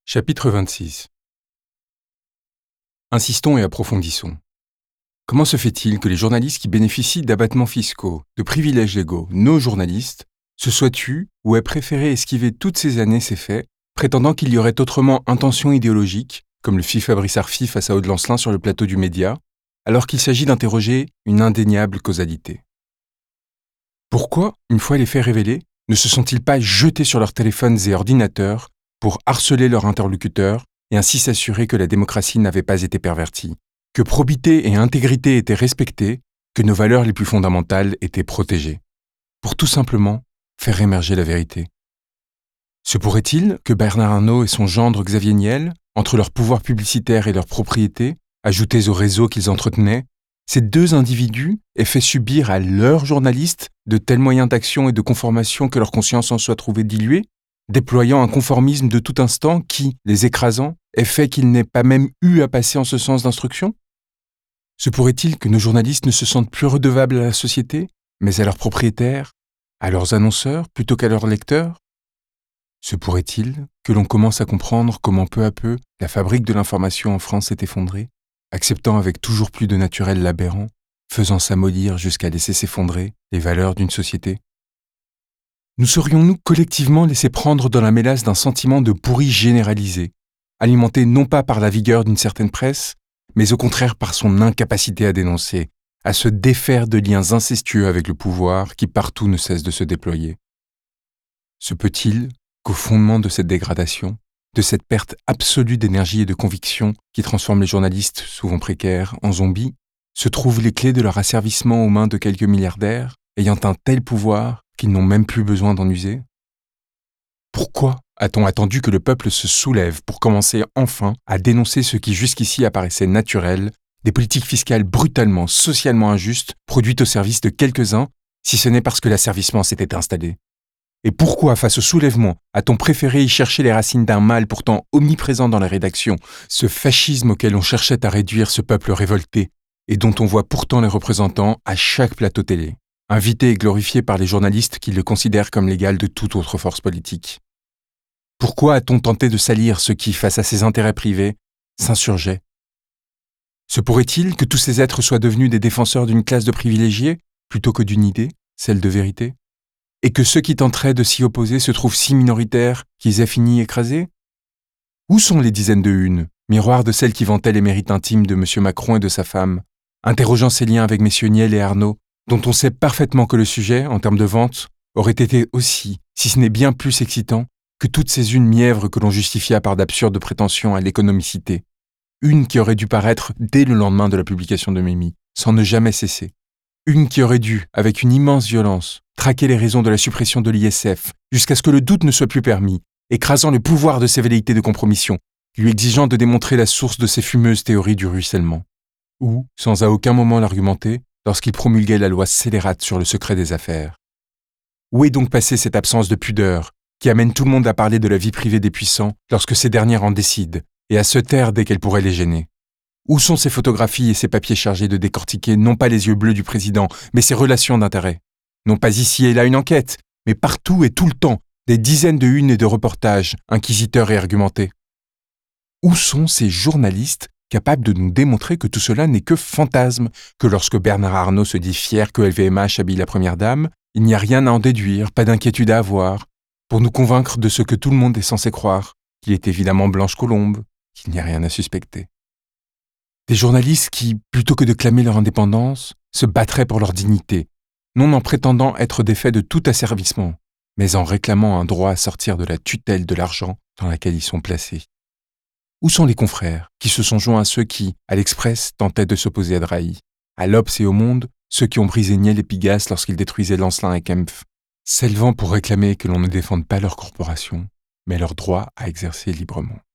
Chapitre 26. Insistons et approfondissons. Comment se fait-il que les journalistes qui bénéficient d'abattements fiscaux, de privilèges légaux, nos journalistes, se soient tus ou aient préféré esquiver toutes ces années ces faits, prétendant qu'il y aurait autrement intention idéologique, comme le fit Fabrice Arfi face à Aude Lancelin sur le plateau du Média, alors qu'il s'agit d'interroger une indéniable causalité? Pourquoi, une fois les faits révélés, ne se sont-ils pas jetés sur leurs téléphones et ordinateurs pour harceler leurs interlocuteurs et ainsi s'assurer que la démocratie n'avait pas été pervertie, que probité et intégrité étaient respectées, que nos valeurs les plus fondamentales étaient protégées, pour tout simplement faire émerger la vérité? Se pourrait-il que Bernard Arnault et son gendre Xavier Niel, entre leurs pouvoirs publicitaires et leurs propriétés, ajoutés au réseau qu'ils entretenaient, ces deux individus aient fait subir à leurs journalistes de tels moyens d'action et de conformation que leur conscience en soit trouvée diluée, déployant un conformisme de tout instant qui, les écrasant, ait fait qu'ils n'aient pas même eu à passer en ce sens d'instruction? Se pourrait-il que nos journalistes ne se sentent plus redevables à la société, mais à leurs propriétaires, à leurs annonceurs plutôt qu'à leurs lecteurs? Se pourrait-il que l'on commence à comprendre comment peu à peu la fabrique de l'information en France s'est effondrée, acceptant avec toujours plus de naturel l'aberrant, faisant s'amollir jusqu'à laisser s'effondrer les valeurs d'une société? Nous serions-nous collectivement laissés prendre dans la mélasse d'un sentiment de pourri généralisé, alimenté non pas par la vigueur d'une certaine presse, mais au contraire par son incapacité à dénoncer, à se défaire de liens incestueux avec le pouvoir qui partout ne cesse de se déployer? Se peut-il qu'au fondement de cette dégradation, de cette perte absolue d'énergie et de conviction qui transforme les journalistes, souvent précaires, en zombies, se trouvent les clés de leur asservissement aux mains de quelques milliardaires, ayant un tel pouvoir qu'ils n'ont même plus besoin d'en user? Pourquoi a-t-on attendu que le peuple se soulève pour commencer enfin à dénoncer ce qui jusqu'ici apparaissait naturel, des politiques fiscales brutalement, socialement injustes, produites au service de quelques-uns, si ce n'est parce que l'asservissement s'était installé? Et pourquoi, face au soulèvement, a-t-on préféré y chercher les racines d'un mal pourtant omniprésent dans la rédaction, ce fascisme auquel on cherchait à réduire ce peuple révolté, et dont on voit pourtant les représentants à chaque plateau télé, invités et glorifiés par les journalistes qui le considèrent comme l'égal de toute autre force politique? Pourquoi a-t-on tenté de salir ceux qui, face à ses intérêts privés, s'insurgeaient? Se pourrait-il que tous ces êtres soient devenus des défenseurs d'une classe de privilégiés, plutôt que d'une idée, celle de vérité? Et que ceux qui tenteraient de s'y opposer se trouvent si minoritaires qu'ils aient fini écrasés? Où sont les dizaines de unes, miroirs de celles qui vantaient les mérites intimes de M. Macron et de sa femme, interrogeant ses liens avec messieurs Niel et Arnault, dont on sait parfaitement que le sujet, en termes de vente, aurait été aussi, si ce n'est bien plus excitant, que toutes ces unes mièvres que l'on justifia par d'absurdes prétentions à l'économicité, une qui aurait dû paraître dès le lendemain de la publication de Mimi, sans ne jamais cesser, une qui aurait dû, avec une immense violence, traquer les raisons de la suppression de l'ISF, jusqu'à ce que le doute ne soit plus permis, écrasant le pouvoir de ses velléités de compromission, lui exigeant de démontrer la source de ses fumeuses théories du ruissellement. Ou, sans à aucun moment l'argumenter, lorsqu'il promulguait la loi scélérate sur le secret des affaires. Où est donc passée cette absence de pudeur qui amène tout le monde à parler de la vie privée des puissants lorsque ces dernières en décident, et à se taire dès qu'elles pourraient les gêner? Où sont ces photographies et ces papiers chargés de décortiquer non pas les yeux bleus du président, mais ses relations d'intérêt? Non pas ici et là une enquête, mais partout et tout le temps, des dizaines de unes et de reportages, inquisiteurs et argumentés. Où sont ces journalistes capables de nous démontrer que tout cela n'est que fantasme, que lorsque Bernard Arnault se dit fier que LVMH habille la première dame, il n'y a rien à en déduire, pas d'inquiétude à avoir, pour nous convaincre de ce que tout le monde est censé croire, qu'il est évidemment Blanche Colombe, qu'il n'y a rien à suspecter? Des journalistes qui, plutôt que de clamer leur indépendance, se battraient pour leur dignité, non en prétendant être défaits de tout asservissement, mais en réclamant un droit à sortir de la tutelle de l'argent dans laquelle ils sont placés. Où sont les confrères qui se sont joints à ceux qui, à l'Express, tentaient de s'opposer à Drahi, à l'Obs et au Monde, ceux qui ont brisé Niel et Pigasse lorsqu'ils détruisaient Lancelin et Kempf, s'élevant pour réclamer que l'on ne défende pas leur corporation, mais leur droit à exercer librement?